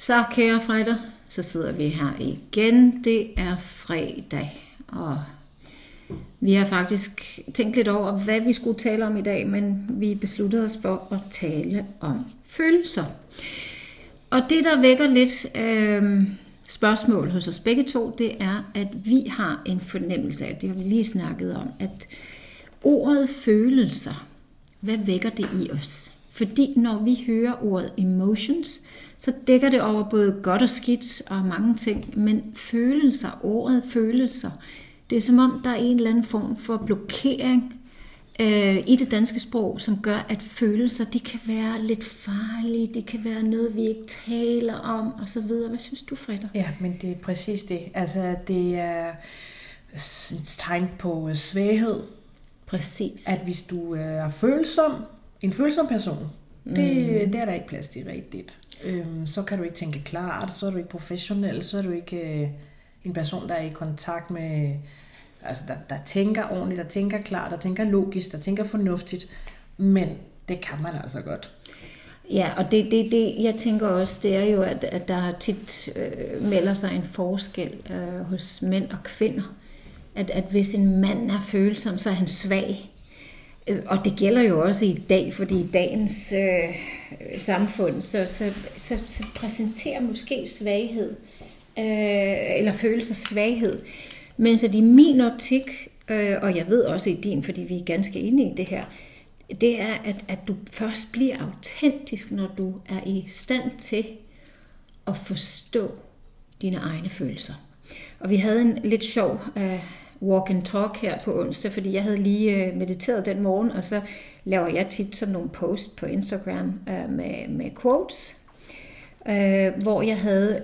Så kære Freder, så sidder vi her igen. Det er fredag, og vi har faktisk tænkt lidt over, hvad vi skulle tale om i dag, men vi besluttede os for at tale om følelser. Og det, der vækker lidt spørgsmål hos os begge to, det er, at vi har en fornemmelse af, det har vi lige snakket om, at ordet følelser, hvad vækker det i os? Fordi når vi hører ordet emotions, så dækker det over både godt og skidt og mange ting, men følelser, ordet følelser, det er som om, der er en eller anden form for blokering i det danske sprog, som gør, at følelser, de kan være lidt farlige, det kan være noget, vi ikke taler om, og så videre. Hvad synes du, Freder? Ja, men det er præcis det. Altså, det er et tegn på svaghed. Præcis. At hvis du er en følsom person, det er der ikke plads til rigtigt. Så kan du ikke tænke klart, så er du ikke professionel, så er du ikke en person, der er i kontakt med, altså der tænker ordentligt, der tænker klart, der tænker logisk, der tænker fornuftigt, men det kan man altså godt. Ja, og det jeg tænker også, det er jo, at der tit melder sig en forskel hos mænd og kvinder. At hvis en mand er følsom, så er han svag. Og det gælder jo også i dag, fordi i dagens samfund, så præsenterer måske svaghed, eller følelser svaghed. Mens at i min optik, og jeg ved også i din, fordi vi er ganske enige i det her, det er, at du først bliver autentisk, når du er i stand til at forstå dine egne følelser. Og vi havde en lidt sjov walk and talk her på onsdag, fordi jeg havde lige mediteret den morgen, og så laver jeg tit sådan nogle post på Instagram med quotes, hvor jeg havde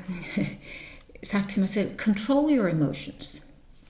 sagt til mig selv, control your emotions.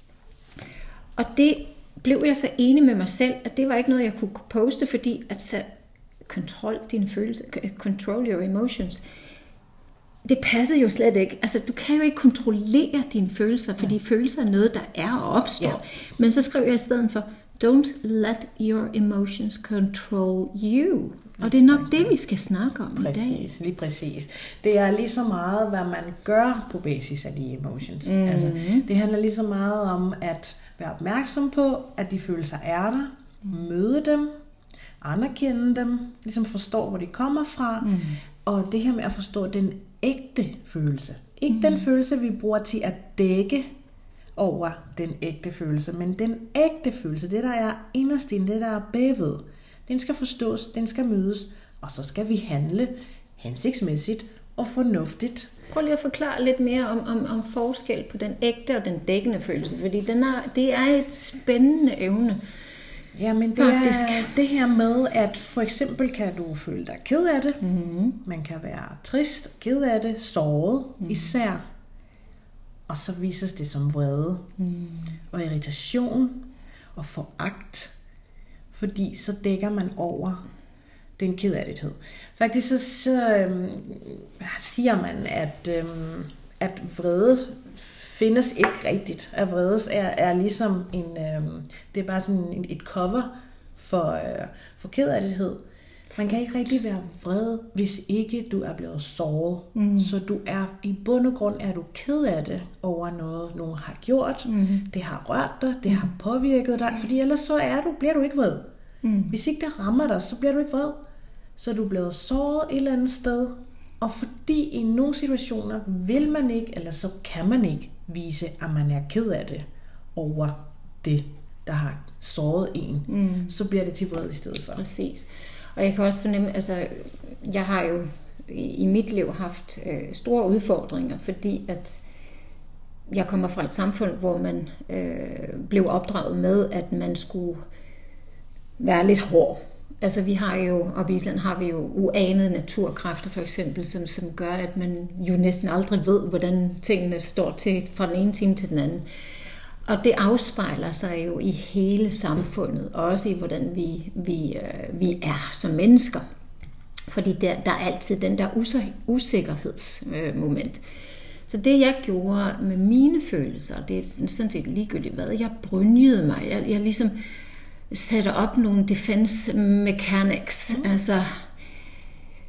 Og det blev jeg så enig med mig selv, at det var ikke noget, jeg kunne poste, fordi at kontrol dine følelser, control your emotions, det passede jo slet ikke. Altså, du kan jo ikke kontrollere dine følelser, fordi følelser er noget, der er og opstår. Ja. Men så skrev jeg i stedet for, don't let your emotions control you. Og det er nok det, vi skal snakke om i dag. Lige præcis. Det er lige så meget, hvad man gør på basis af de emotions. Mm-hmm. Altså, det handler lige så meget om at være opmærksom på, at de følelser er der, møde dem, anerkende dem, ligesom forstå, hvor de kommer fra, og det her med at forstå den ægte følelse. Ikke den følelse, vi bruger til at dække over den ægte følelse, men den ægte følelse, det der er inderst inde, det der er bagved, den skal forstås, den skal mødes, og så skal vi handle hensigtsmæssigt og fornuftigt. Prøv lige at forklare lidt mere om forskel på den ægte og den dækkende følelse, fordi det er et spændende evne. Ja, men det er det her med, at for eksempel kan du føle dig ked af det. Mm-hmm. Man kan være trist, ked af det, såret især. Og så vises det som vrede og irritation og foragt. Fordi så dækker man over den kedattighed. Faktisk så siger man, at vrede findes ikke rigtigt. At vrede er ligesom det er bare sådan et cover for kedattighed. Man kan ikke rigtig være vred, hvis ikke du er blevet såret. Så du er i bund og grund er du ked af det over noget, nogen har gjort. Det har rørt dig, det har påvirket dig, fordi ellers så bliver du ikke vred. Hvis ikke det rammer dig, så bliver du ikke vred. Så er du blevet såret et eller andet sted, og fordi i nogle situationer vil man ikke, eller så kan man ikke vise, at man er ked af det over det, der har såret en, så bliver det til vred i stedet for. Præcis. Og jeg kan også fornemme, altså jeg har jo i mit liv haft store udfordringer, fordi at jeg kommer fra et samfund, hvor man blev opdraget med, at man skulle være lidt hård. Altså vi har jo, og i Island har vi jo uanede naturkræfter for eksempel, som gør, at man jo næsten aldrig ved, hvordan tingene står til fra den ene time til den anden. Og det afspejler sig jo i hele samfundet, også i hvordan vi er som mennesker. Fordi der er altid den der usikkerhedsmoment. Så det jeg gjorde med mine følelser, det er sådan set ligegyldigt hvad, jeg brynjede mig. Jeg ligesom sætter op nogle defense mechanics. Altså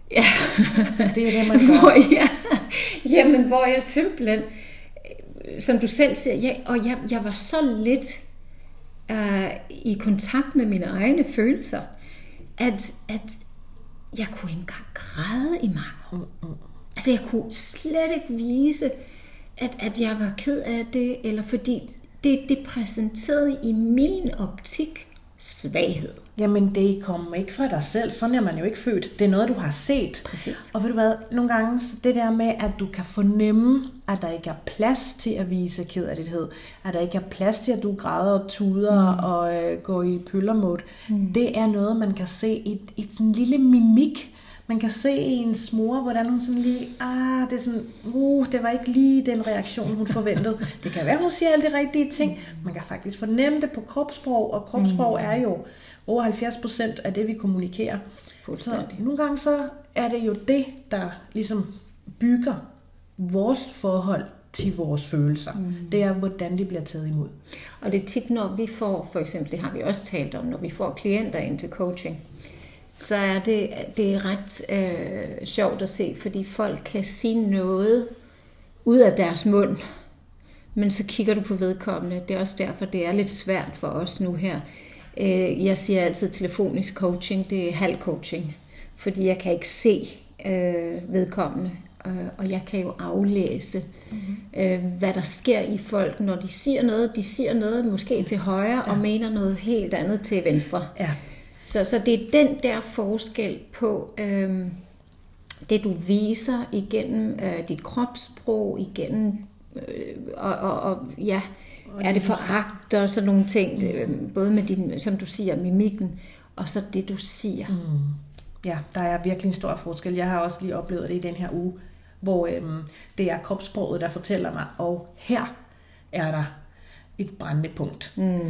Ja. Det er det, man gør. Hvor jeg simpelthen, som du selv siger, jeg var så lidt i kontakt med mine egne følelser, at jeg kunne ikke engang græde i mange år. Altså jeg kunne slet ikke vise, at jeg var ked af det, eller fordi det præsenterede i min optik svaghed. Jamen, det kommer ikke fra dig selv. Sådan er man jo ikke født. Det er noget, du har set. Præcis. Og ved du hvad, nogle gange det der med, at du kan fornemme, at der ikke er plads til at vise kederlighed, at der ikke er plads til, at du græder og tuder og går i pøllermode, det er noget, man kan se i sådan en lille mimik. Man kan se i ens mor, hvordan hun sådan lige, det er sådan, det var ikke lige den reaktion, hun forventede. Det kan være, hun siger alle de rigtige ting. Man kan faktisk fornemme det på kropssprog, og kropssprog er jo over 70% af det, vi kommunikerer. Så nogle gange så er det jo det, der ligesom bygger vores forhold til vores følelser. Det er, hvordan de bliver taget imod. Og det er tit, når vi får, for eksempel, det har vi også talt om, når vi får klienter ind til coaching, så er det er ret sjovt at se, fordi folk kan sige noget ud af deres mund, men så kigger du på vedkommende. Det er også derfor, det er lidt svært for os nu her. Jeg siger altid telefonisk coaching, det er halv coaching, fordi jeg kan ikke se vedkommende, og jeg kan jo aflæse, hvad der sker i folk, når de siger noget. De siger noget måske til højre, og mener noget helt andet til venstre. Ja. Så det er den der forskel på det, du viser igennem dit kropssprog, igennem er det foragt og sådan nogle ting, både med din, som du siger, mimikken, og så det, du siger. Ja, der er virkelig en stor forskel. Jeg har også lige oplevet det i den her uge, hvor det er kropssproget, der fortæller mig, og her er der et brændende punkt.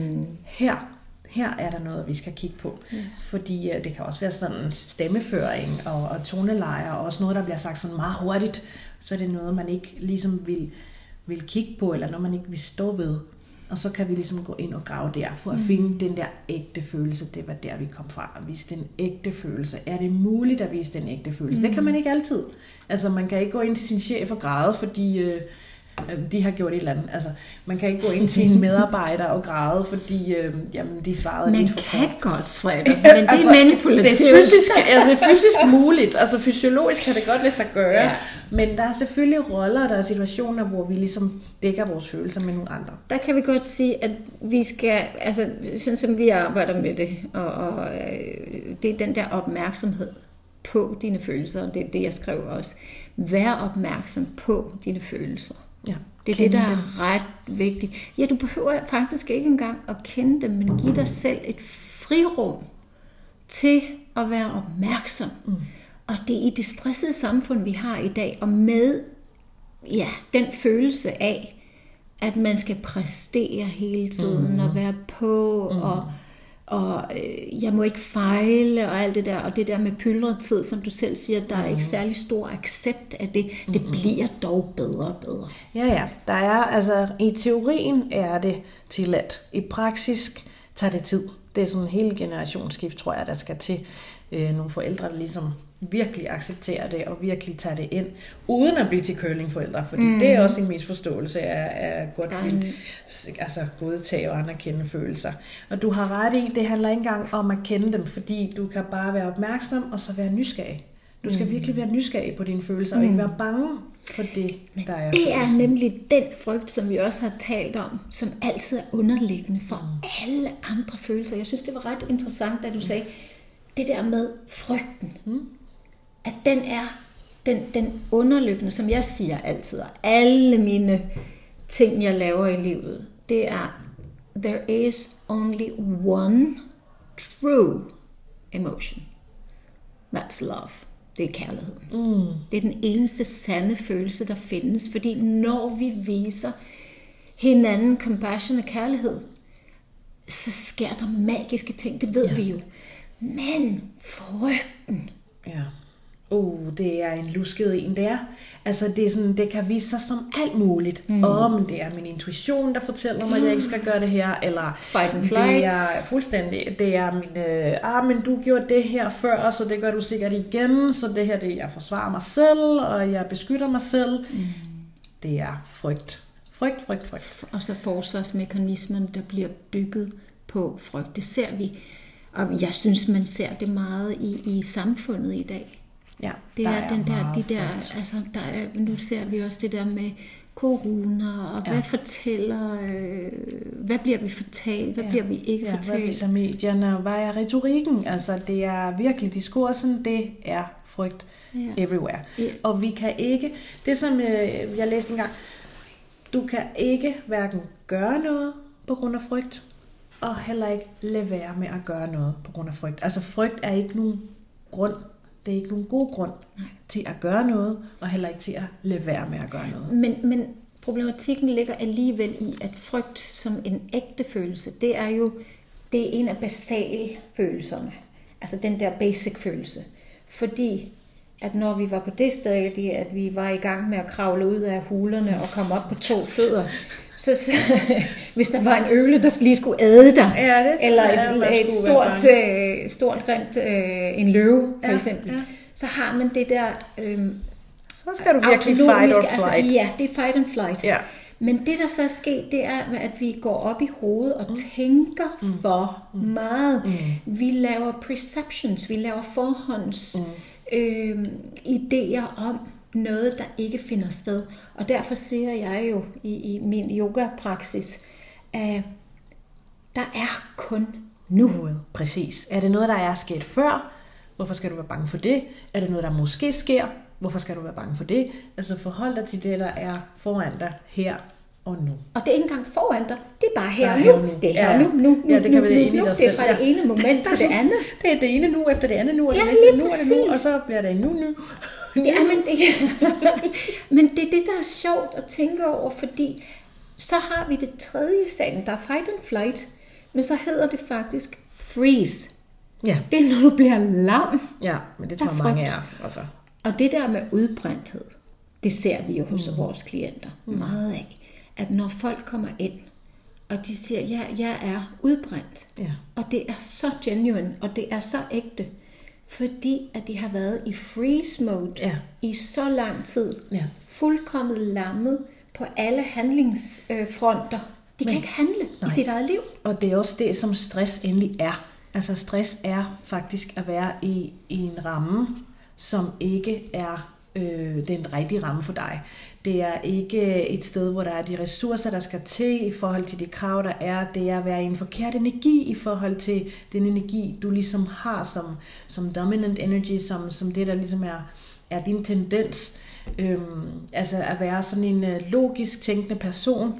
Her er der noget, vi skal kigge på. Fordi det kan også være sådan stemmeføring og tonelejer, og også noget, der bliver sagt sådan meget hurtigt. Så er det noget, man ikke ligesom vil kigge på, eller noget, man ikke vil stå ved. Og så kan vi ligesom gå ind og grave der, for at finde den der ægte følelse. Det var der, vi kom fra, at vise den ægte følelse. Er det muligt at vise den ægte følelse? Det kan man ikke altid. Altså, man kan ikke gå ind til sin chef og græde, fordi de har gjort et eller andet. Altså, man kan ikke gå ind til en medarbejder og græde, fordi de svarede man lidt for kan godt, Freda, men det er manipulativt. Det er fysisk muligt. Altså, fysiologisk kan det godt lade sig gøre. Ja. Men der er selvfølgelig roller, der er situationer, hvor vi ligesom dækker vores følelser med nogle andre. Der kan vi godt sige, at vi skal, altså, sådan som vi arbejder med det, og det er den der opmærksomhed på dine følelser, og det er det, jeg skrev også. Vær opmærksom på dine følelser. Ja, det er det, der er ret vigtigt. Ja, du behøver faktisk ikke engang at kende dem, men give dig selv et frirum til at være opmærksom. Og det er i det stressede samfund, vi har i dag, og med den følelse af, at man skal præstere hele tiden, og være på, og jeg må ikke fejle, og alt det der, og det der med pyldretid, som du selv siger, der er ikke særlig stor accept af det. Det bliver dog bedre og bedre. Ja, der er, altså i teorien er det tilladt. I praksis tager det tid. Det er sådan en hel generationsskift, tror jeg, der skal til. Nogle forældre, der ligesom virkelig accepterer det, og virkelig tager det ind, uden at blive til curlingforældre, fordi det er også en misforståelse af godt godtage og anerkende følelser. Og du har ret i, det handler ikke engang om at kende dem, fordi du kan bare være opmærksom, og så være nysgerrig. Du skal virkelig være nysgerrig på dine følelser, og ikke være bange for det, der er det følelsen. Er nemlig den frygt, som vi også har talt om, som altid er underliggende for alle andre følelser. Jeg synes, det var ret interessant, da du sagde, det der med frygten, at den er den underliggende, som jeg siger altid, og alle mine ting, jeg laver i livet, det er, there is only one true emotion. That's love. Det er kærligheden. Det er den eneste sande følelse, der findes, fordi når vi viser hinanden compassion og kærlighed, så sker der magiske ting, det ved vi jo. Men frygten, Det er en lusket en, det er. Altså, det er sådan, det kan vise sig som alt muligt. Men det er min intuition, der fortæller mig, at jeg ikke skal gøre det her, eller fight and flight. Det er fuldstændig, det er min, men du gjorde det her før, så det gør du sikkert igen, så det her, det jeg forsvarer mig selv, og jeg beskytter mig selv. Det er frygt. Frygt. Og så forsvarsmekanismen, der bliver bygget på frygt. Det ser vi, og jeg synes, man ser det meget i samfundet i dag. Ja, det er den der, altså nu ser vi også det der med corona, og hvad bliver vi fortalt, hvad bliver vi ikke fortalt? Hvad viser medierne, hvad er retorikken? Altså det er virkelig diskursen, det er frygt everywhere. Ja. Og vi kan ikke, det som jeg læste engang, du kan ikke hverken gøre noget på grund af frygt, og heller ikke lade være med at gøre noget på grund af frygt. Altså frygt er ikke nogen grund. Det er ikke nogen god grund til at gøre noget, og heller ikke til at lade være med at gøre noget. Men problematikken ligger alligevel i, at frygt som en ægte følelse, det er en af basale følelserne. Altså den der basic følelse. Fordi at når vi var på det stadie, at vi var i gang med at kravle ud af hulerne og komme op på 2 fødder, så hvis der var en øgle, der lige skulle æde dig, eller et stort grimt, en løve for eksempel, så har man det der så skal du virkelig fight or flight. Altså, ja, det er fight and flight. Ja. Men det der så er sket, det er, at vi går op i hovedet og tænker for meget. Vi laver perceptions, vi laver forhånds idéer om noget, der ikke finder sted. Og derfor siger jeg jo i min yoga-praksis, at der er kun nu. Præcis. Er det noget, der er sket før? Hvorfor skal du være bange for det? Er det noget, der måske sker? Hvorfor skal du være bange for det? Altså forhold dig til det, der er foran dig her og nu. Og det er ikke engang foran dig. Det er bare her og nu. Det er her nu. Ja, det kan være det nu. Det er fra det ene moment til det andet. Det er det ene nu efter det andet nu, og det næste nu, og det nu, og så bliver det nu. Ja, men det er det, der er sjovt at tænke over, fordi så har vi det tredje stadie, der er fight and flight, men så hedder det faktisk freeze. Ja. Det er, når du bliver lam. Ja, men det tror jeg mange er. Altså. Og det der med udbrændthed, det ser vi jo hos vores klienter meget af. At når folk kommer ind, og de siger, ja, jeg er udbrændt, og det er så genuine, og det er så ægte, fordi at de har været i freeze mode i så lang tid, fuldkommen lammet på alle handlingsfronter. De kan ikke handle i sit eget liv. Og det er også det, som stress endelig er. Altså stress er faktisk at være i en ramme, som ikke er den rigtige ramme for dig. Det er ikke et sted, hvor der er de ressourcer, der skal til i forhold til de krav, der er. Det er at være i en forkert energi i forhold til den energi, du ligesom har som dominant energy, som det, der ligesom er din tendens. Altså at være sådan en logisk tænkende person,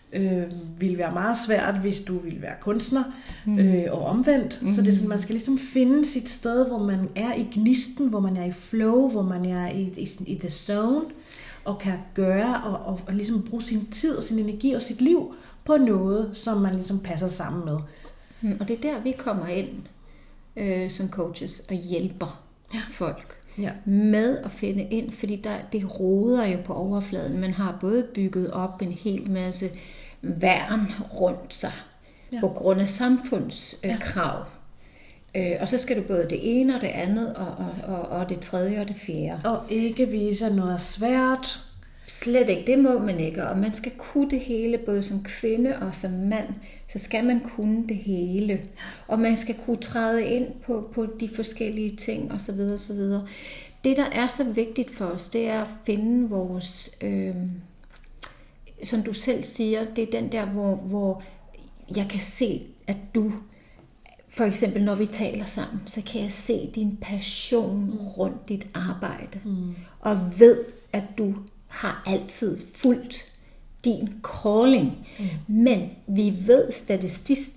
vil være meget svært, hvis du vil være kunstner, og omvendt. Så det er sådan, man skal ligesom finde sit sted, hvor man er i gnisten, hvor man er i flow, hvor man er i the zone, og kan gøre og ligesom bruge sin tid og sin energi og sit liv på noget, som man ligesom passer sammen med. Og det er der, vi kommer ind som coaches og hjælper folk med at finde ind, fordi det roder jo på overfladen. Man har både bygget op en hel masse værn rundt sig på grund af samfundskrav. Og så skal du både det ene og det andet, og det tredje og det fjerde. Og ikke vise noget svært. Slet ikke, det må man ikke. Og man skal kunne det hele, både som kvinde og som mand. Så skal man kunne det hele. Og man skal kunne træde ind på de forskellige ting osv. osv. Det, der er så vigtigt for os, det er at finde vores, som du selv siger, det er den der, hvor jeg kan se, at du, for eksempel når vi taler sammen, så kan jeg se din passion rundt dit arbejde. Og ved, at du har altid fulgt din calling. Men vi ved statistisk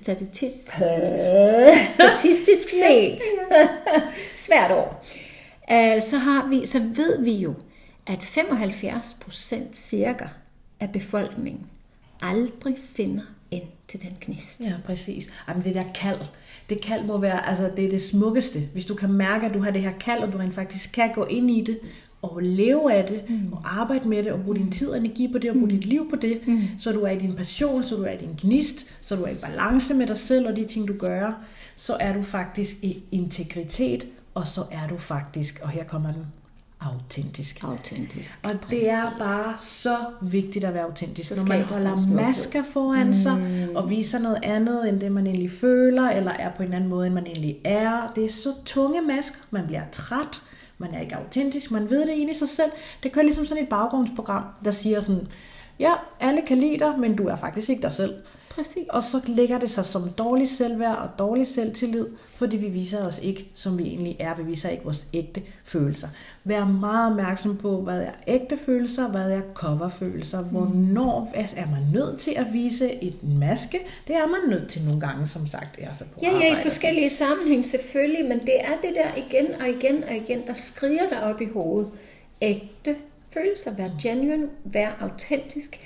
set, svært ord, så ved vi jo, at 75% cirka af befolkningen aldrig finder ind til den gnist. Ja, præcis. Jamen, det der kald, Det kald må være, altså det er det smukkeste. Hvis du kan mærke, at du har det her kald, og du rent faktisk kan gå ind i det, og leve af det, og arbejde med det, og bruge din tid og energi på det, og bruge dit liv på det, så du er i din passion, så du er i din gnist, så du er i balance med dig selv og de ting, du gør, så er du faktisk i integritet, og så er du faktisk, og her kommer den, autentisk. Og det er bare så vigtigt at være autentisk. Når man holder masker foran sig, og viser noget andet, end det man egentlig føler, eller er på en anden måde, end man egentlig er. Det er så tunge masker, man bliver træt, man er ikke autentisk, man ved det inde i sig selv. Det kører ligesom sådan et baggrundsprogram, der siger sådan, ja, alle kan lide dig, men du er faktisk ikke dig selv. Præcis. Og så lægger det sig som dårlig selvværd og dårlig selvtillid, fordi vi viser os ikke, som vi egentlig er. Vi viser ikke vores ægte følelser. Vær meget opmærksom på, hvad er ægte følelser, hvad er coverfølelser. Hvornår er man nødt til at vise et maske? Det er man nødt til nogle gange, som sagt. Altså på ja, i forskellige sammenhæng selvfølgelig, men det er det der igen, der skriger dig op i hovedet. Ægte følelser, vær genuine, vær autentisk.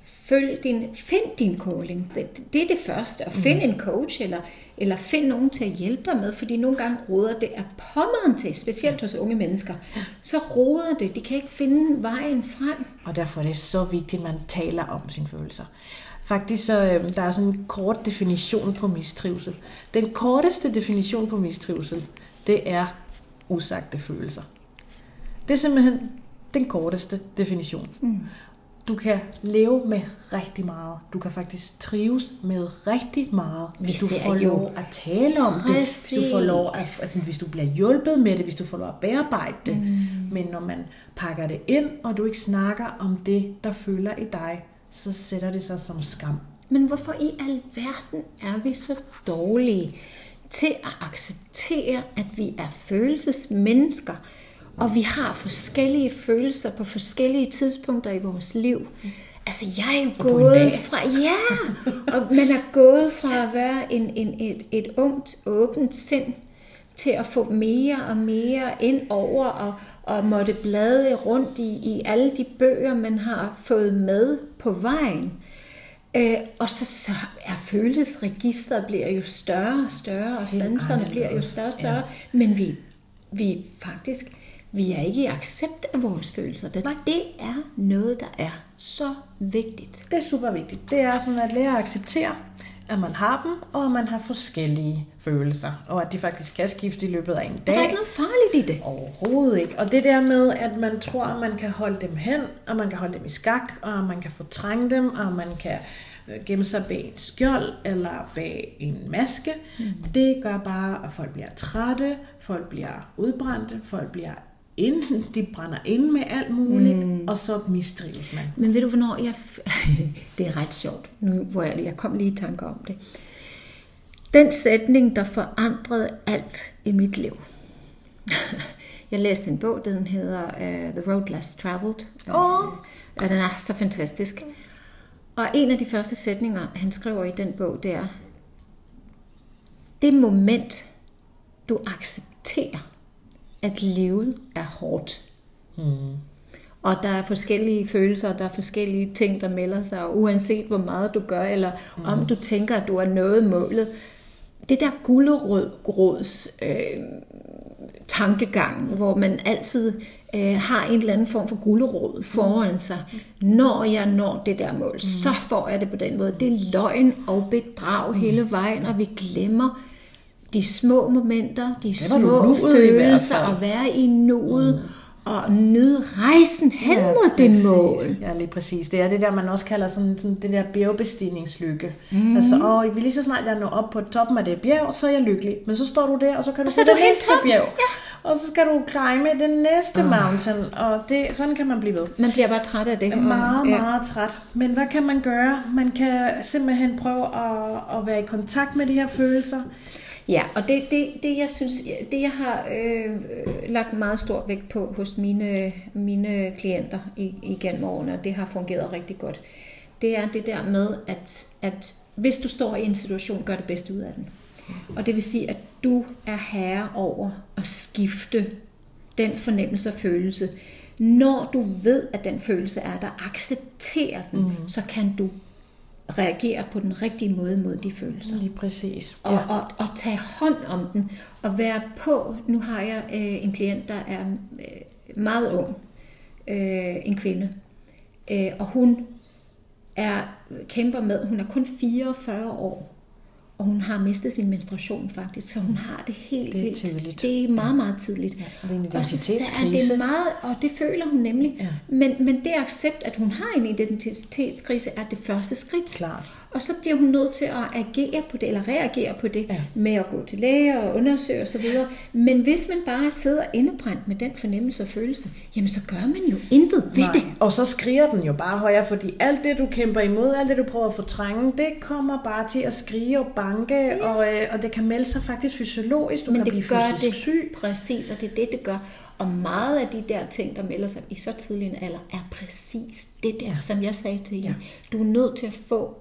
Find din calling. Det er det første. Og find en coach, eller find nogen til at hjælpe dig med, fordi nogle gange roder det af pommeren til, specielt hos unge mennesker. Så roder det. De kan ikke finde vejen frem. Og derfor er det så vigtigt, at man taler om sine følelser. Faktisk så der er sådan en kort definition på mistrivsel. Den korteste definition på mistrivsel, det er usagte følelser. Det er simpelthen den korteste definition. Du kan leve med rigtig meget. Du kan faktisk trives med rigtig meget, hvis du får lov at tale om det. Hvis du får lov at, hvis du bliver hjulpet med det, hvis du får lov at bearbejde det. Men når man pakker det ind, og du ikke snakker om det, der føler i dig, så sætter det sig som skam. Men hvorfor i alverden er vi så dårlige til at acceptere, at vi er følelsesmennesker? Og vi har forskellige følelser på forskellige tidspunkter i vores liv. Altså, jeg er jo gået fra... Ja, og man er gået fra at være et ungt, åbent sind til at få mere og mere ind over og måtte blade rundt i alle de bøger, man har fået med på vejen. Og så er følelsesregistret bliver jo større og større, og sanserne bliver jo større og større. Ja. Men vi faktisk... Vi er ikke i accept af vores følelser. Det er noget, der er så vigtigt. Det er super vigtigt. Det er sådan at lære at acceptere, at man har dem, og at man har forskellige følelser. Og at de faktisk kan skifte i løbet af en dag. Der er ikke noget farligt i det. Overhovedet ikke. Og det der med, at man tror, at man kan holde dem hen, og man kan holde dem i skak, og man kan fortrænge dem, og man kan gemme sig bag en skjold eller bag en maske. Det gør bare, at folk bliver trætte, folk bliver udbrændte, folk bliver de brænder ind med alt muligt, og så mistrives man. Men ved du, hvornår det er ret sjovt, nu hvor jeg kom lige i tanke om det. Den sætning, der forandrede alt i mit liv. Jeg læste en bog, den hedder The Road Less Traveled. Og den er så fantastisk. Og en af de første sætninger, han skriver i den bog, det er: det moment, du accepterer, at livet er hårdt. Og der er forskellige følelser, der er forskellige ting, der melder sig, og uanset hvor meget du gør, eller om du tænker, at du har nået målet. Det der gulerods tankegang, hvor man altid har en eller anden form for gulerod foran sig. Når jeg når det der mål, så får jeg det på den måde. Det er løgn og bedrag hele vejen, og vi glemmer de små momenter, de små følelser, at være i nuet, og nyde rejsen hen mod det mål. Ja, lige præcis. Det er det der, man også kalder sådan det der bjergbestigningslykke. Altså, lige så snart jeg når op på toppen af det bjerg, så er jeg lykkelig. Men så står du der, og så kan du se det næste bjerg. Ja. Og så skal du climbe den næste mountain, og sådan kan man blive ved. Man bliver bare træt af det. Meget træt. Men hvad kan man gøre? Man kan simpelthen prøve at være i kontakt med de her følelser. Ja, og det jeg synes, det jeg har lagt meget stor vægt på hos mine klienter igennem årene, og det har fungeret rigtig godt, det er det der med, at hvis du står i en situation, gør det bedste ud af den. Og det vil sige, at du er herre over at skifte den fornemmelse og følelse. Når du ved, at den følelse er der, accepterer den, så kan du reagere på den rigtige måde mod de følelser. Lige præcis. Og tage hånd om den, og være på. Nu har jeg en klient, der er meget ung, en kvinde, og hun kæmper med, hun er kun 44 år, og hun har mistet sin menstruation faktisk, så hun har det helt vildt. Tidligt. Det er meget, meget tidligt. Ja, det er en identitetskrise. Og så er det meget, og det føler hun nemlig. Ja. Men det accept, at hun har en identitetskrise, er det første skridt. Klart. Og så bliver hun nødt til at agere på det, eller reagere på det, med at gå til læge og undersøge osv. Men hvis man bare sidder indebrændt med den fornemmelse og følelse, jamen så gør man jo intet ved det. Og så skriger den jo bare højere, fordi alt det, du kæmper imod, alt det, du prøver at fortrænge, det kommer bare til at skrige og banke, og det kan melde sig faktisk fysiologisk. Du kan blive fysisk syg. Præcis, og det er det gør. Og meget af de der ting, der melder sig i så tidlig en alder, er præcis det der, som jeg sagde til jer. Du er nødt til at få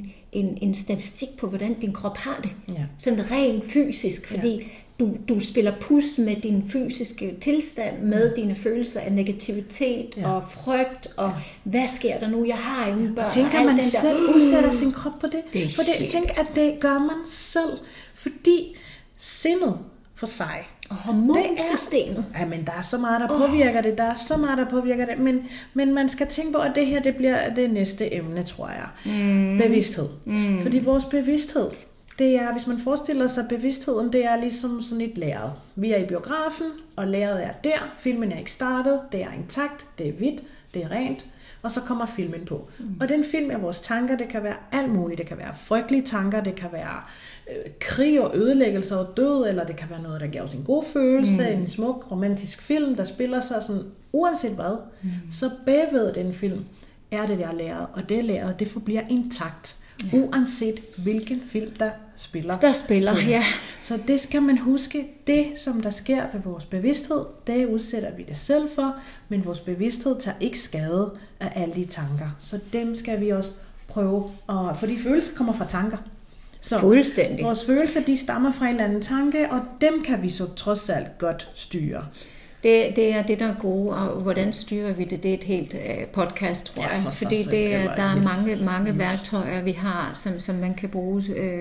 en statistik på, hvordan din krop har det. Ja. Sådan rent fysisk, fordi du spiller pus med din fysiske tilstand, med dine følelser af negativitet og frygt, og hvad sker der nu? Jeg har ingen børn. Og tænker man selv udsætter sin krop på det? For det tænk, at det gør man selv, fordi sindet for sig. Og hormonsystemet. Men der er så meget, der påvirker det. Der er så meget, der påvirker det. Men man skal tænke på, at det her, det bliver det næste emne, tror jeg. Bevidsthed. Fordi vores bevidsthed, det er, hvis man forestiller sig bevidstheden, det er ligesom sådan et lærred. Vi er i biografen, og lærredet er der. Filmen er ikke startet. Det er intakt. Det er hvidt. Det er rent. Og så kommer filmen på. Og den film er vores tanker. Det kan være alt muligt. Det kan være frygtelige tanker. Det kan være krig og ødelæggelse og død. Eller det kan være noget, der giver os en god følelse. En smuk romantisk film, der spiller sig sådan, uanset hvad. Så bagved den film er det der lærred. Og det lærred, det forbliver intakt. Uanset hvilken film, der spiller. Ja. Så det skal man huske. Det, som der sker ved vores bevidsthed, det udsætter vi det selv for, men vores bevidsthed tager ikke skade af alle de tanker. Så dem skal vi også prøve, fordi følelser kommer fra tanker. Så fuldstændig. Vores følelser, de stammer fra en eller anden tanke, og dem kan vi så trods alt godt styre. Det er det, der er gode, og hvordan styrer vi det? Det er et helt podcast, tror jeg. Fordi der er mange værktøjer, vi har, som man kan bruge,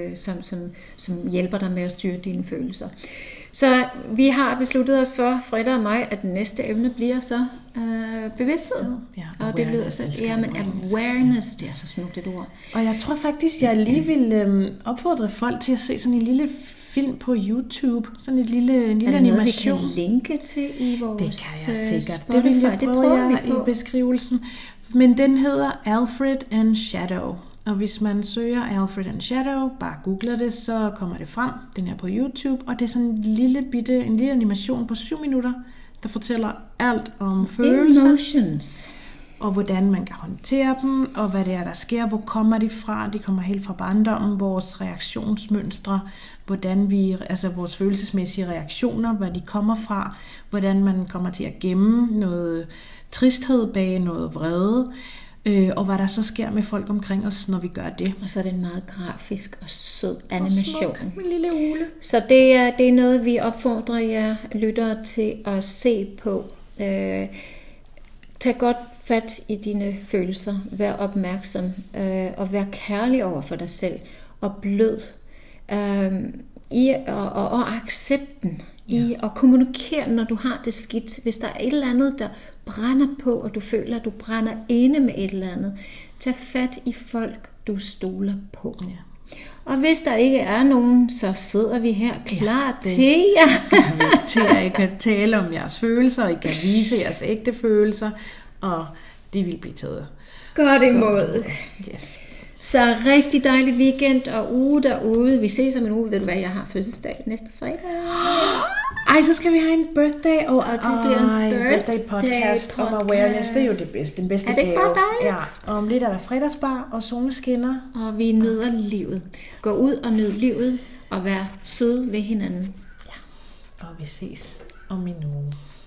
som hjælper dig med at styre dine følelser. Så vi har besluttet os for, Frida og mig, at det næste emne bliver så bevidsthed. Ja, og det lyder så, men awareness, det er så smukt et ord. Og jeg tror faktisk, jeg lige vil opfordre folk til at se sådan en lille film på YouTube, sådan en lille animation. Er det noget, vi kan linke til i vores Det kan jeg sikkert. Spotify? Det vil jeg prøve i beskrivelsen. Men den hedder Alfred and Shadow. Og hvis man søger Alfred and Shadow, bare googler det, så kommer det frem. Den er på YouTube, og det er sådan en lille animation på 7 minutter, der fortæller alt om følelser. Emotions. Og hvordan man kan håndtere dem, og hvad det er, der sker, hvor kommer de fra. De kommer helt fra barndommen, vores reaktionsmønstre, hvordan vores følelsesmæssige reaktioner, hvad de kommer fra, hvordan man kommer til at gemme noget tristhed bag noget vrede, og hvad der så sker med folk omkring os, når vi gør det. Og så er det en meget grafisk og sød animation. Og smuk, med lille ule. Så det er noget, vi opfordrer jer lyttere til at se på. Tag godt fat i dine følelser, vær opmærksom, og vær kærlig over for dig selv, og blød, og accepten, i at kommunikere, når du har det skidt. Hvis der er et eller andet, der brænder på, og du føler, at du brænder inde med et eller andet, tag fat i folk, du stoler på. Ja. Og hvis der ikke er nogen, så sidder vi her klar til jer. Til at I kan tale om jeres følelser, og I kan vise jeres ægte følelser, og de vil blive taget godt imod. Yes. Så rigtig dejlig weekend og uge derude. Vi ses om en uge. Ved du hvad, jeg har fødselsdag næste fredag. Så skal vi have en birthday, og det bliver en birthday podcast om awareness. Det er jo det bedste, den bedste gave. Er det ikke bare dejligt? Ja, og om lidt er der fredagsbar og solskinner. Og vi nyder livet. Gå ud og nyd livet og vær søde ved hinanden. Ja, og vi ses om en uge.